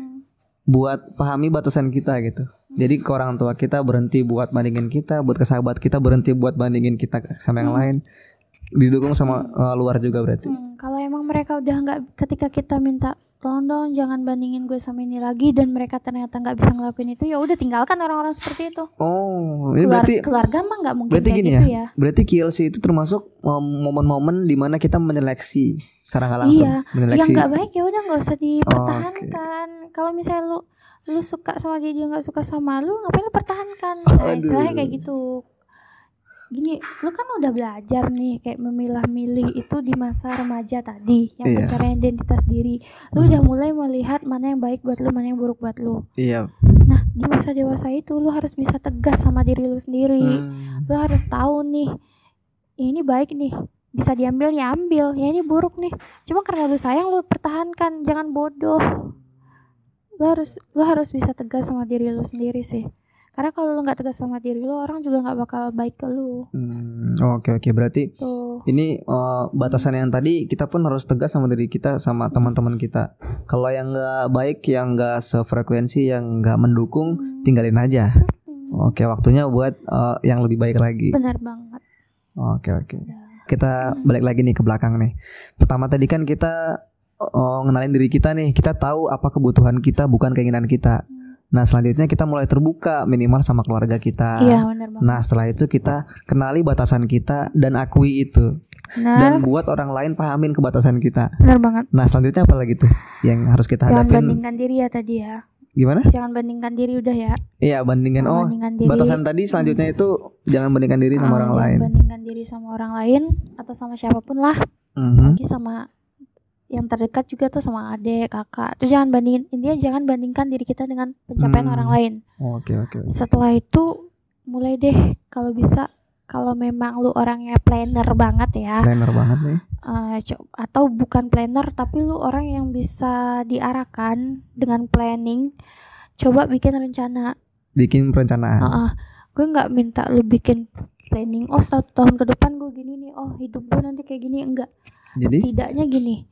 buat pahami batasan kita gitu. Jadi ke orang tua kita berhenti buat bandingin kita, buat ke sahabat kita berhenti buat bandingin kita sama yang lain. Didukung sama luar juga berarti. Kalau emang mereka udah nggak, ketika kita minta tolong dong jangan bandingin gue sama ini lagi, dan mereka ternyata nggak bisa ngelakuin itu, ya udah tinggalkan orang-orang seperti itu. Oh, ini berarti keluarga mah nggak mungkin berarti kayak gini gitu ya. ya. Berarti KLC itu termasuk momen-momen di mana kita menyeleksi secara nggak langsung. Iya, Menyeleksi. yang nggak baik ya udah nggak usah dipertahankan. Kalau misalnya lu suka sama dia nggak suka sama lu, ngapain lu pertahankan? Nah, istilahnya kayak gitu. Gini, lu kan udah belajar nih kayak memilah-milih itu di masa remaja tadi, yang pencarian identitas diri. Lu udah mulai melihat mana yang baik buat lu, mana yang buruk buat lu. Iya. Nah, di masa dewasa itu lu harus bisa tegas sama diri lu sendiri. Lu harus tahu nih, ini baik nih, bisa diambil ya ambil, ya ini buruk nih, cuma karena lu sayang lu pertahankan, jangan bodoh. Lu harus bisa tegas sama diri lu sendiri sih. Karena kalau lu nggak tegas sama diri lu, orang juga nggak bakal baik ke lu. Oke, berarti tuh. Ini batasan yang tadi kita pun harus tegas sama diri kita, sama teman-teman kita. Kalau yang nggak baik, yang nggak sefrekuensi, yang nggak mendukung, tinggalin aja. Oke, waktunya buat yang lebih baik lagi. Benar banget. Oke. Kita balik lagi nih ke belakang nih. Pertama tadi kan kita ngenalin diri kita nih. Kita tahu apa kebutuhan kita, bukan keinginan kita. Nah selanjutnya kita mulai terbuka minimal sama keluarga kita. Iya benar banget. Nah setelah itu kita kenali batasan kita dan akui itu. Benar. Dan buat orang lain pahamin kebatasan kita. Benar banget. Nah selanjutnya apa lagi tuh yang harus kita Jangan hadapin? bandingkan diri ya tadi ya. Gimana? Jangan bandingkan diri udah ya. Iya bandingkan. Bandingkan diri. Batasan tadi selanjutnya itu jangan bandingkan diri sama orang lain. Jangan bandingkan diri sama orang lain atau sama siapapun lah. Lagi sama yang terdekat juga tuh, sama adik, kakak. Tuh jangan bandingin, intinya jangan bandingkan diri kita dengan pencapaian orang lain. Oke. Setelah itu mulai deh kalau bisa, kalau memang lu orangnya planner banget ya. Planner banget nih. Atau bukan planner tapi lu orang yang bisa diarahkan dengan planning. Coba bikin rencana. Bikin perencanaan. Gue nggak minta lu bikin planning. Oh 1 tahun ke depan gue gini nih. Oh hidup gue nanti kayak gini, enggak. Jadi Setidaknya gini.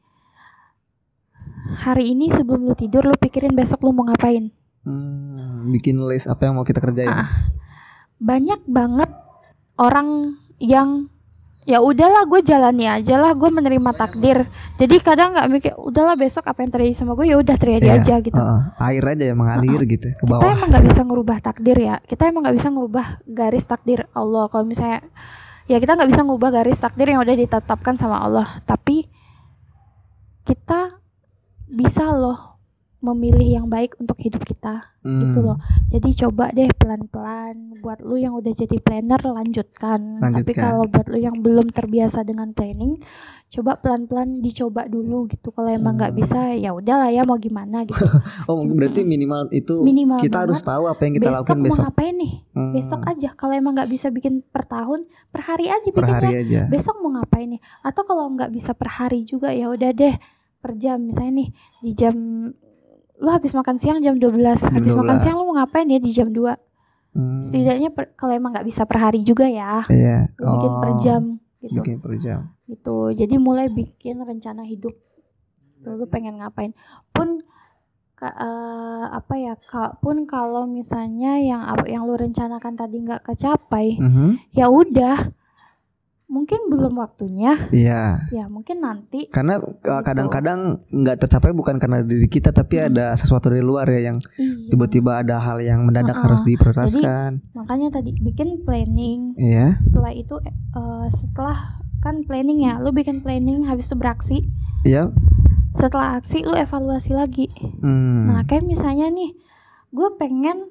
Hari ini sebelum lu tidur lu pikirin besok lu mau ngapain. Bikin list apa yang mau kita kerjain. Banyak banget orang yang ya udahlah gue jalani aja lah, gue menerima takdir. Jadi kadang nggak mikir udahlah besok apa yang terjadi sama gue, ya udah terjadi aja gitu. Air aja ya mengalir gitu ke bawah. Kita emang nggak bisa ngerubah takdir ya. Kita emang nggak bisa ngerubah garis takdir Allah. Kalau misalnya ya kita nggak bisa ngerubah garis takdir yang udah ditetapkan sama Allah. Tapi kita bisa loh memilih yang baik untuk hidup kita. Gitu loh. Jadi coba deh pelan-pelan. Buat lu yang udah jadi planner lanjutkan. Tapi kalau buat lu yang belum terbiasa dengan planning, coba pelan-pelan dicoba dulu gitu. Kalau emang nggak bisa ya udahlah ya, mau gimana gitu. Berarti minimal itu kita harus tahu apa yang kita lakukan besok. Mau ngapain nih? Besok aja. Kalau emang nggak bisa bikin per tahun, per hari aja bikinnya. Per hari aja. Besok mau ngapain nih? Atau kalau nggak bisa per hari juga ya udah deh per jam. Misalnya nih di jam lu habis makan siang jam 12. Habis makan siang lu mau ngapain ya di jam 2. Setidaknya kalau emang gak bisa per hari juga ya. Iya. Lu bikin per jam gitu. Bikin per jam. Gitu. Jadi mulai bikin rencana hidup. Lu pengen ngapain. Pun pun kalau misalnya yang lu rencanakan tadi gak kecapai, ya udah. Mungkin belum waktunya. Iya. Ya mungkin nanti. Karena kadang-kadang nggak tercapai bukan karena diri kita, tapi ada sesuatu dari luar ya yang tiba-tiba ada hal yang mendadak harus diprioritaskan. Jadi makanya tadi bikin planning. Iya. Setelah itu setelah kan planning ya, lu bikin planning habis itu beraksi. Iya. Setelah aksi lu evaluasi lagi. Nah kayak misalnya nih, gue pengen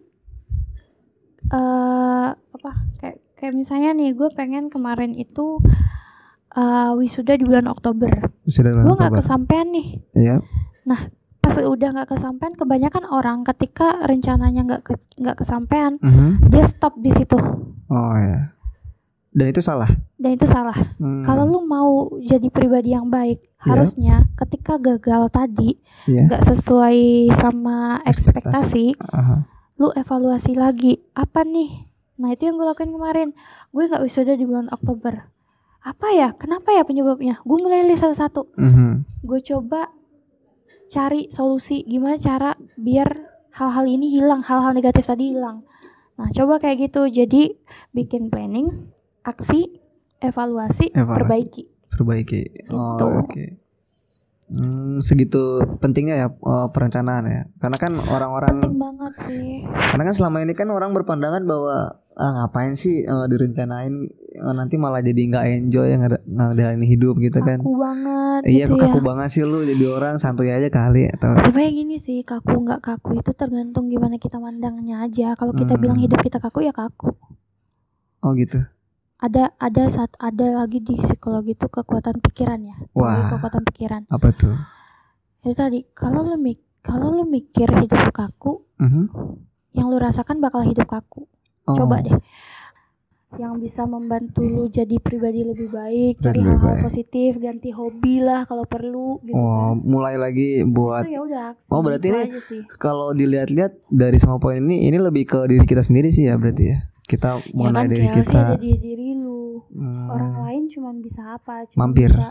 kayak misalnya nih gue pengen kemarin itu wisuda di bulan Oktober. Gue nggak kesampean nih. Iya. Nah pas udah nggak kesampean, kebanyakan orang ketika rencananya nggak kesampean, dia stop di situ. Oh ya. Dan itu salah. Kalau lu mau jadi pribadi yang baik, harusnya ketika gagal tadi nggak sesuai sama ekspektasi, lu evaluasi lagi apa nih. Nah itu yang gue lakuin kemarin. Gue gak wisuda di bulan Oktober. Apa ya? Kenapa ya penyebabnya? Gue mulai list satu-satu. Gue coba cari solusi. Gimana cara biar hal-hal ini hilang, hal-hal negatif tadi hilang. Nah coba kayak gitu. Jadi bikin planning, aksi, evaluasi. Perbaiki. Gitu. Oke. Segitu pentingnya ya perencanaan ya. Karena kan orang-orang penting banget sih. Karena kan selama ini kan orang berpandangan bahwa ngapain sih direncanain, nanti malah jadi nggak enjoy ngejalanin hidup gitu kan. Kaku banget. Iya, gitu kaku banget sih lu jadi orang, santuy aja kali atau. Sebenarnya gini sih, kaku nggak kaku itu tergantung gimana kita mandangnya aja. Kalau kita bilang hidup kita kaku ya kaku. Oh gitu. Ada lagi di psikologi itu kekuatan pikiran ya. Wah. Kekuatan pikiran. Apa tuh? Itu tadi kalau lu mikir hidup lu kaku, yang lu rasakan bakal hidup kaku. Coba deh. Yang bisa membantu lu jadi pribadi lebih baik, cari hal-hal positif, ganti hobi lah kalau perlu gitu kan. Mulai lagi buat. Itu ya udah. Berarti ini kalau dilihat-lihat dari semua poin ini lebih ke diri kita sendiri sih ya berarti ya. Kita mengenai diri kita. Ada di diri lu. Orang lain paling cuman bisa apa? Cuman Mampir. bisa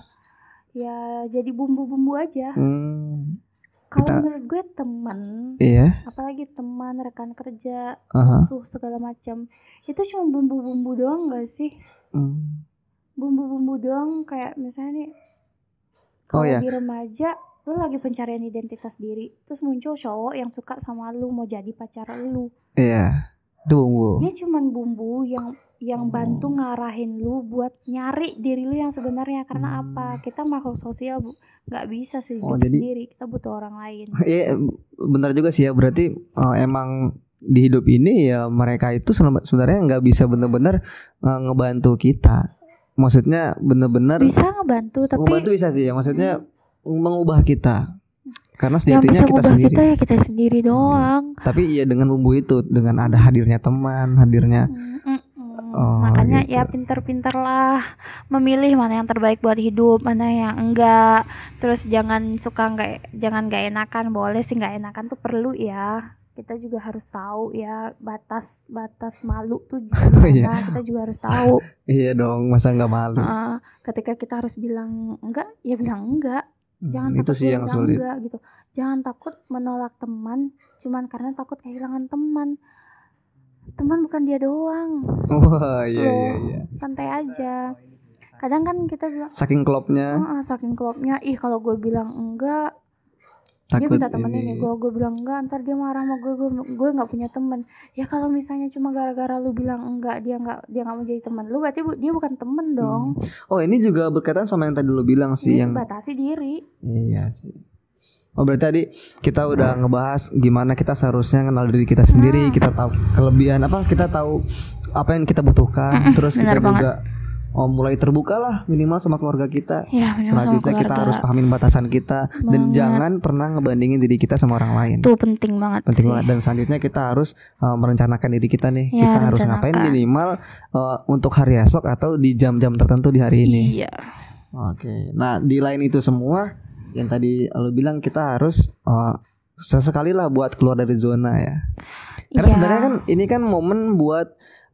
ya jadi bumbu-bumbu aja. Kalau menurut gue teman, Iya. apalagi teman, rekan kerja, Aha. musuh segala macam, itu cuma bumbu-bumbu doang gak sih? Bumbu-bumbu doang, kayak misalnya nih, kalau iya. di remaja lu lagi pencarian identitas diri, terus muncul cowok yang suka sama lu, mau jadi pacar lu. Iya. Itu bumbu. Dia cuman bumbu yang bantu ngarahin lu buat nyari diri lu yang sebenarnya. Karena apa? Kita makhluk sosial, nggak bisa sih hidup sendiri. Kita butuh orang lain. Iya, benar juga sih ya. Berarti emang di hidup ini ya mereka itu sebenarnya nggak bisa benar-benar ngebantu kita. Maksudnya benar-benar bisa ngebantu, tapi ngebantu bisa sih ya. Maksudnya mengubah kita. Karena yang sejatinya bisa kita ngubah sendiri. kita ya kita sendiri doang. Tapi ya dengan bumbu itu, dengan ada hadirnya teman, hadirnya. Makanya gitu. ya pinter-pinter lah memilih mana yang terbaik buat hidup, mana yang enggak. Terus jangan nggak enakan. Boleh sih nggak enakan tuh perlu ya. Kita juga harus tahu ya batas malu tuh gimana. Kita juga harus tahu. Iya dong, masa nggak malu. Ketika kita harus bilang enggak, ya bilang enggak. Jangan itu takut sih yang sulit. Enggak, gitu. Jangan takut menolak teman cuman karena takut kehilangan teman. Teman bukan dia doang. Wah, iya. Santai aja. Kadang kan kita bilang saking klopnya. Ih kalau gue bilang enggak, dia minta temenin nih. Gue bilang enggak, ntar dia marah sama gue nggak punya teman. Ya kalau misalnya cuma gara-gara lu bilang enggak, dia nggak mau jadi teman lu, berarti dia bukan temen dong. Oh, ini juga berkaitan sama yang tadi lu bilang sih, yang batasi diri. Iya sih. Oh, berarti tadi kita udah ngebahas gimana kita seharusnya kenal diri kita sendiri, kita tahu kelebihan apa, kita tahu apa yang kita butuhkan, terus kita juga mulai terbuka lah minimal sama keluarga kita. Ya, selanjutnya kita harus pahamin batasan kita dan jangan pernah ngebandingin diri kita sama orang lain. Itu penting banget. Dan selanjutnya kita harus merencanakan diri kita nih. Ya, kita harus ngapain minimal untuk hari esok atau di jam-jam tertentu di hari ini. Iya. Oke. Nah, di lain itu semua yang tadi lo bilang kita harus sesekali lah buat keluar dari zona ya. Karena sebenarnya kan ini kan momen buat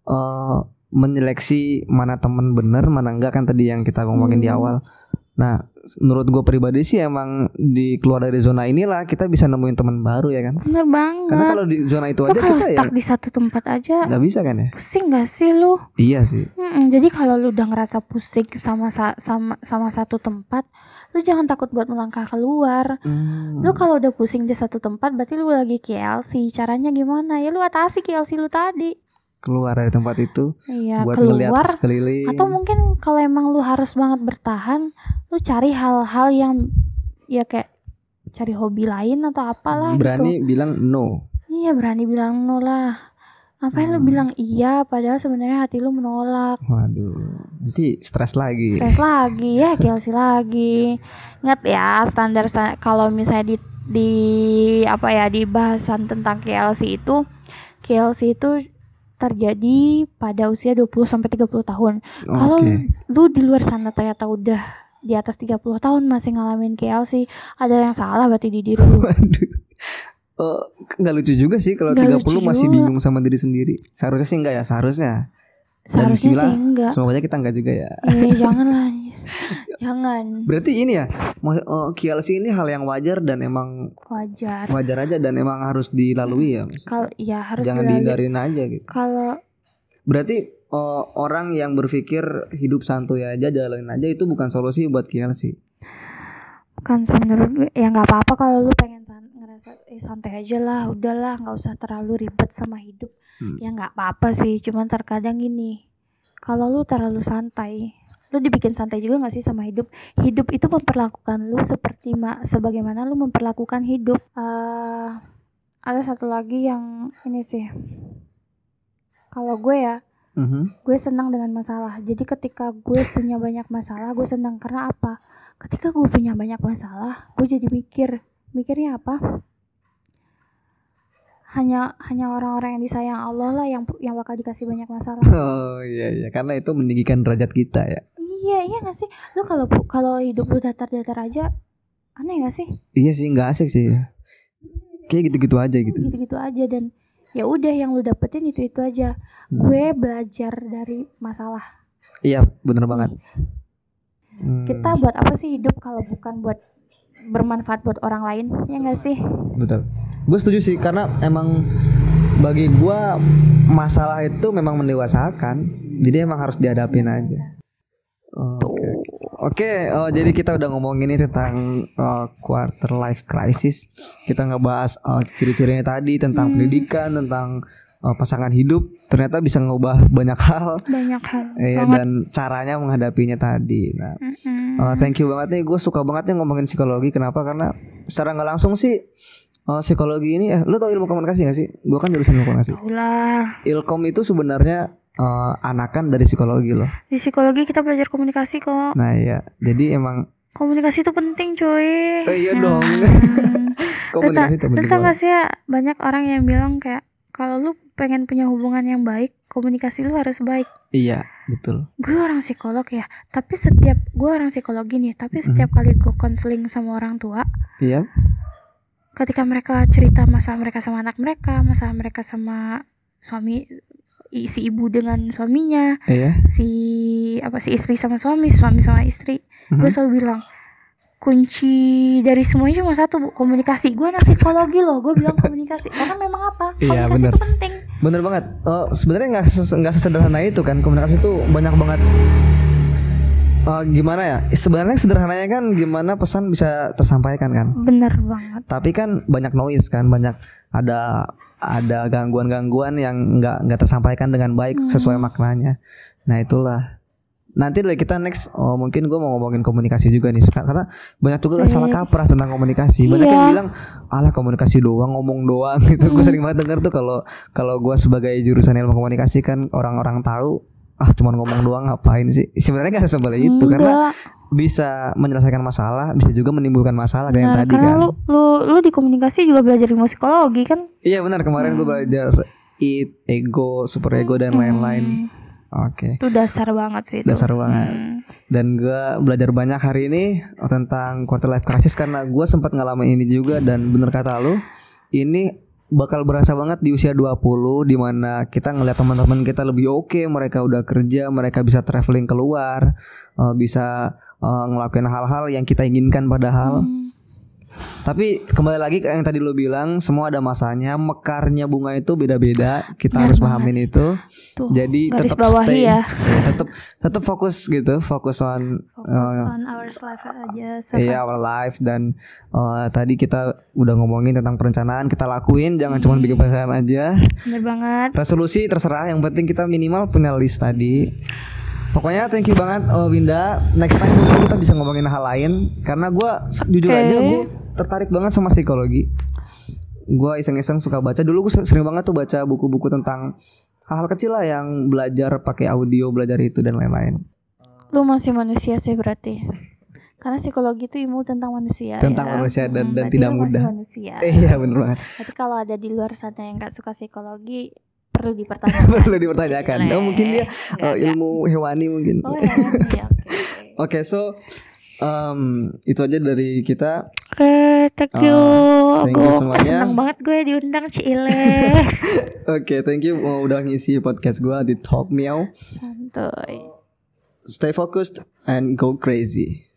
menyeleksi mana teman bener, mana enggak kan tadi yang kita ngomongin di awal. Nah, menurut gue pribadi sih emang di keluar dari zona inilah kita bisa nemuin teman baru ya kan. Bener banget. Karena kalau di zona itu aja kita ya stuck di satu tempat aja nggak bisa kan ya. Pusing gak sih lu? Iya sih. Jadi kalau lu udah ngerasa pusing sama satu tempat, lu jangan takut buat melangkah keluar. Lu kalau udah pusing di satu tempat, berarti lu lagi KLC. Caranya gimana? Ya lu atasi KLC lu tadi. Keluar dari tempat itu, buat keluar sekeliling. Atau mungkin kalau emang lu harus banget bertahan, lu cari hal-hal yang ya kayak cari hobi lain atau apalah. Berani gitu. Bilang no. Iya, berani bilang no lah. Ngapain lu bilang iya padahal sebenarnya hati lu menolak. Waduh, nanti stres lagi ya, KLC lagi. Ingat ya, standar kalau misalnya di apa ya, di bahasan tentang KLC itu terjadi pada usia 20-30 tahun. Kalau lu di luar sana ternyata udah di atas 30 tahun masih ngalamin KLC, ada yang salah berarti di diri lu. Waduh. Nggak lucu juga sih kalau 30 masih bingung sama diri sendiri. Seharusnya sih enggak ya, seharusnya sih enggak. Semoga kita enggak juga ya. Janganlah. Jangan. Berarti ini ya, KLC ini hal yang wajar dan emang wajar aja dan emang harus dilalui ya. Harus jangan dihindarin aja gitu. Kalau berarti orang yang berpikir hidup santuy aja, jalanin aja, itu bukan solusi buat KLC. Bukan, menurut gue ya nggak apa-apa kalau lu pengen ngerasa santai aja lah, udahlah nggak usah terlalu ribet sama hidup. Ya nggak apa-apa sih, cuman terkadang gini, kalau lu terlalu santai, lu dibikin santai juga nggak sih sama hidup? Hidup itu memperlakukan lu sebagaimana lu memperlakukan hidup. Ada satu lagi yang ini sih, kalau gue ya, gue senang dengan masalah. Jadi ketika gue punya banyak masalah, gue senang. Karena apa? Ketika gue punya banyak masalah, gue jadi mikirnya apa? Hanya orang-orang yang disayang Allah lah yang bakal dikasih banyak masalah. Oh iya, karena itu meninggikan derajat kita ya. Iya nggak sih? Lu kalau hidup lu datar-datar aja, aneh nggak sih? Iya sih, nggak asik sih. Kayak gitu-gitu aja gitu. Gitu-gitu aja, dan ya udah yang lu dapetin itu aja. Gue belajar dari masalah. Iya, bener banget. Kita buat apa sih hidup kalau bukan buat bermanfaat buat orang lain, ya nggak sih? Betul. Gue setuju sih, karena emang bagi gue masalah itu memang mendewasakan. Jadi emang harus dihadapin aja. Oke, jadi kita udah ngomongin ini tentang quarter life crisis. Kita ngebahas ciri-cirinya tadi tentang pendidikan, tentang pasangan hidup. Ternyata bisa ngubah banyak hal. Iya, dan caranya menghadapinya tadi. Nah, thank you banget nih. Gue suka banget nih ngomongin psikologi. Kenapa? Karena secara nggak langsung sih psikologi ini, lo tau ilmu komunikasi gak sih? Gue kan jurusan ilmu komunikasi. Ilkom itu sebenarnya anakan dari psikologi loh. Di psikologi kita belajar komunikasi kok. Nah iya, jadi emang komunikasi itu penting cuy. Iya dong. Komunikasi itu penting. Betul gak sih ya, banyak orang yang bilang kayak kalau lu pengen punya hubungan yang baik, komunikasi lu harus baik. Iya, betul. Gue orang psikolog ya, tapi gue orang psikologi nih, tapi setiap kali gue konseling sama orang tua, iya, ketika mereka cerita masalah mereka sama anak mereka, masalah mereka sama suami, si ibu dengan suaminya, si istri sama suami sama istri, gue selalu bilang kunci dari semuanya cuma satu, Bu, komunikasi. Gue anak psikologi loh, gue bilang komunikasi karena memang apa, komunikasi itu penting. Bener banget. Sebenarnya nggak sesederhana itu kan, komunikasi itu banyak banget. Gimana ya? Sebenarnya sederhananya kan gimana pesan bisa tersampaikan kan? Bener banget. Tapi kan banyak noise kan, banyak ada gangguan-gangguan yang nggak tersampaikan dengan baik sesuai maknanya. Nah itulah. Nanti dari kita next, mungkin gue mau ngomongin komunikasi juga nih, karena banyak juga salah kaprah tentang komunikasi. Banyak yang bilang, alah komunikasi doang, ngomong doang gitu. Gue sering banget denger tuh kalau gue sebagai jurusan ilmu komunikasi kan orang-orang tahu, cuman ngomong doang ngapain sih? Sebenarnya gak sebalik itu, karena bisa menyelesaikan masalah, bisa juga menimbulkan masalah kayak yang tadi kan. Lu di komunikasi juga belajar ilmu psikologi kan? Iya benar, kemarin gue belajar ego, super ego dan lain-lain. Oke. Itu dasar banget sih itu. Dasar banget. Dan gue belajar banyak hari ini tentang quarter life crisis karena gue sempat ngalamin ini juga, dan bener kata lu, ini bakal berasa banget di usia 20 di mana kita ngeliat teman-teman kita lebih oke, mereka udah kerja, mereka bisa traveling keluar, bisa ngelakuin hal-hal yang kita inginkan padahal. Tapi kembali lagi ke yang tadi lo bilang, semua ada masanya, mekarnya bunga itu beda-beda. Kita harus pahamin itu. Jadi tetap stay ya. Tetap fokus gitu, fokus on our life aja. Iya, our life. Dan tadi kita udah ngomongin tentang perencanaan, kita lakuin, jangan cuma bikin perencanaan aja. Bener banget. Resolusi terserah, yang penting kita minimal punya list tadi. Pokoknya thank you banget Winda. Next time mungkin kita bisa ngomongin hal lain, karena gue jujur aja gue tertarik banget sama psikologi. Gue iseng-iseng suka baca. Dulu gue sering banget tuh baca buku-buku tentang hal-hal kecil lah, yang belajar pakai audio, belajar itu dan lain-lain. Lu masih manusia sih berarti, karena psikologi itu ilmu tentang manusia. Tentang manusia dan tidak mudah. Iya benar banget. Tapi kalau ada di luar sana yang gak suka psikologi, perlu dipertanyakan. Mungkin dia ilmu hewani mungkin. Ya, Oke, so itu aja dari kita. Thank you. Thank you semuanya. Senang banget gue diundang Cile. Oke, thank you udah ngisi podcast gue di Talk Meow. Santuy. Stay focused and go crazy.